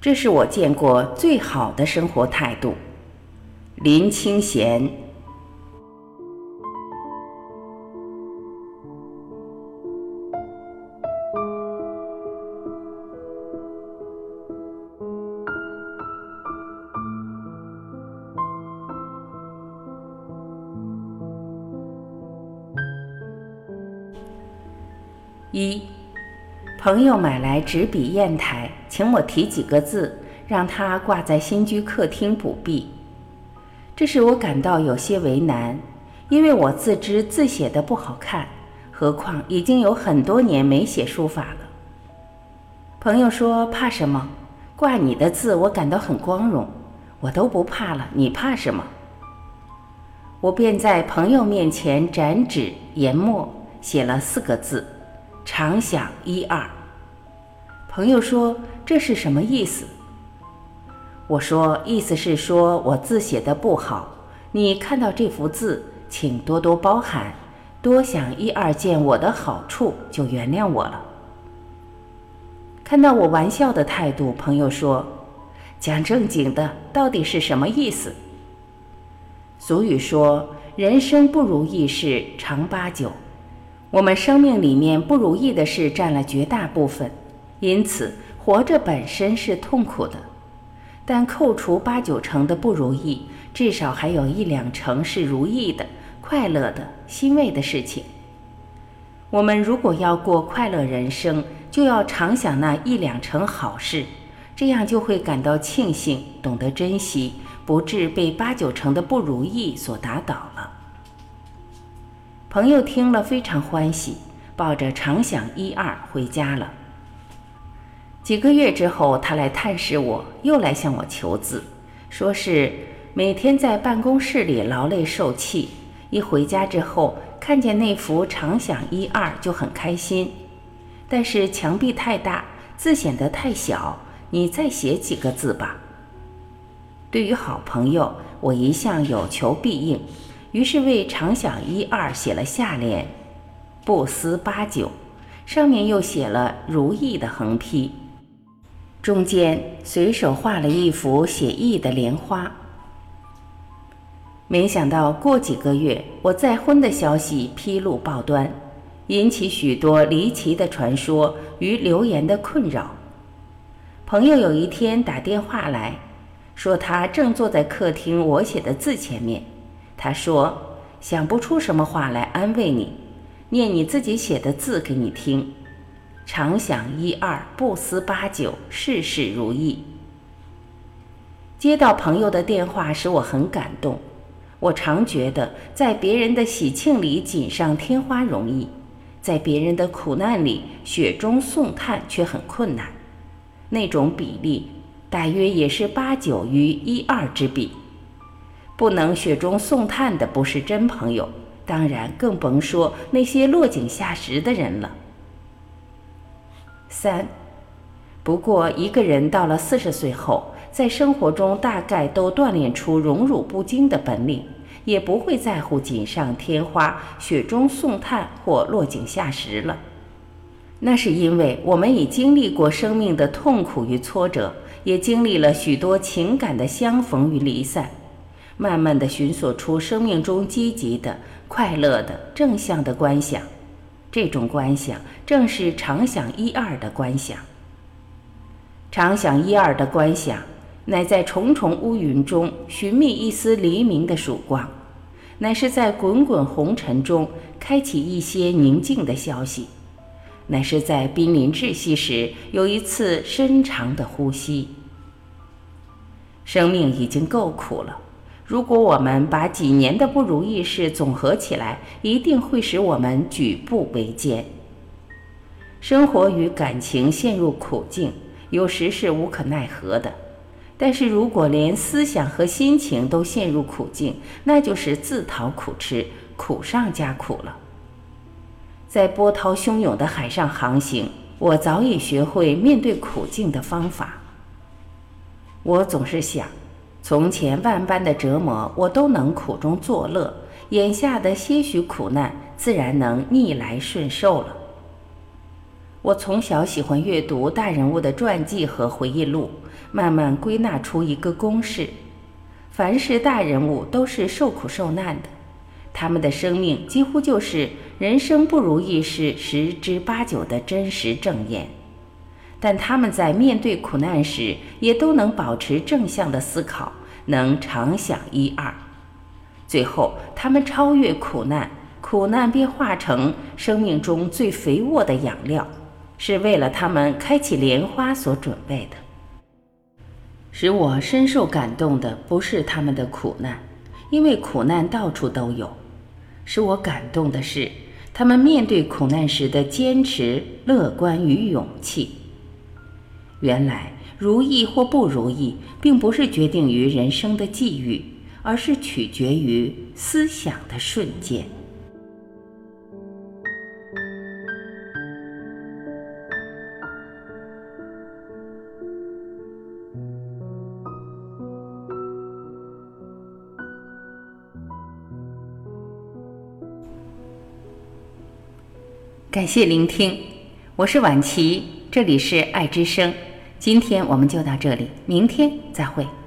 这是我见过最好的生活态度。林清贤。一，朋友买来纸笔砚台，请我提几个字，让他挂在新居客厅补壁。这使我感到有些为难，因为我自知字写得不好看，何况已经有很多年没写书法了。朋友说：怕什么？挂你的字我感到很光荣，我都不怕了，你怕什么？我便在朋友面前展纸研墨，写了4个字：常想一二。朋友说：这是什么意思？我说：意思是说我字写得不好，你看到这幅字，请多多包涵，多想1、2件我的好处，就原谅我了。看到我玩笑的态度，朋友说：讲正经的，到底是什么意思？俗语说，人生不如意事常八九，我们生命里面不如意的事占了绝大部分，因此活着本身是痛苦的，但扣除8、9成的不如意，至少还有1、2成是如意的、快乐的、欣慰的事情。我们如果要过快乐人生，就要常想那1、2成好事，这样就会感到庆幸，懂得珍惜，不致被8、9成的不如意所打倒了。朋友听了非常欢喜，抱着常想1、2回家了。几个月之后，他来探视我，又来向我求字，说是每天在办公室里劳累受气，一回家之后看见那幅常想1、2就很开心，但是墙壁太大，字显得太小，你再写几个字吧。对于好朋友，我一向有求必应，于是为常想1、2写了下联：不思8、9，上面又写了如意的横批，中间随手画了一幅写意的莲花。没想到过几个月，我再婚的消息披露报端，引起许多离奇的传说与流言的困扰。朋友有一天打电话来，说他正坐在客厅我写的字前面，他说想不出什么话来安慰你，念你自己写的字给你听：常想1、2，不思8、9，事事如意。接到朋友的电话使我很感动。我常觉得在别人的喜庆里锦上添花容易，在别人的苦难里雪中送炭却很困难，那种比例大约也是8、9于1、2之比。不能雪中送炭的不是真朋友，当然更甭说那些落井下石的人了。3，不过一个人到了40岁后，在生活中大概都锻炼出荣辱不惊的本领，也不会在乎锦上添花、雪中送炭或落井下石了。那是因为我们已经历过生命的痛苦与挫折，也经历了许多情感的相逢与离散，慢慢地寻索出生命中积极的、快乐的、正向的观想。这种观想正是常想1、2的观想。常想1、2的观想乃在重重乌云中寻觅一丝黎明的曙光，乃是在滚滚红尘中开启一些宁静的消息，乃是在濒临窒息时有一次深长的呼吸。生命已经够苦了，如果我们把几年的不如意事总合起来，一定会使我们举步维艰。生活与感情陷入苦境，有时是无可奈何的，但是如果连思想和心情都陷入苦境，那就是自讨苦吃，苦上加苦了。在波涛汹涌的海上航行，我早已学会面对苦境的方法。我总是想，从前万般的折磨我都能苦中作乐，眼下的些许苦难自然能逆来顺受了。我从小喜欢阅读大人物的传记和回忆录， 慢慢归纳出一个公式：凡是大人物都是受苦受难的，他们的生命几乎就是人生不如意事10之8九的真实证言。但他们在面对苦难时，也都能保持正向的思考，能常想一二。最后，他们超越苦难，苦难便化成生命中最肥沃的养料，是为了他们开启莲花所准备的。使我深受感动的不是他们的苦难，因为苦难到处都有。使我感动的是，他们面对苦难时的坚持、乐观与勇气。原来，如意或不如意，并不是决定于人生的际遇，而是取决于思想的瞬间。感谢聆听，我是婉琪，这里是爱之声。今天我们就到这里，明天再会。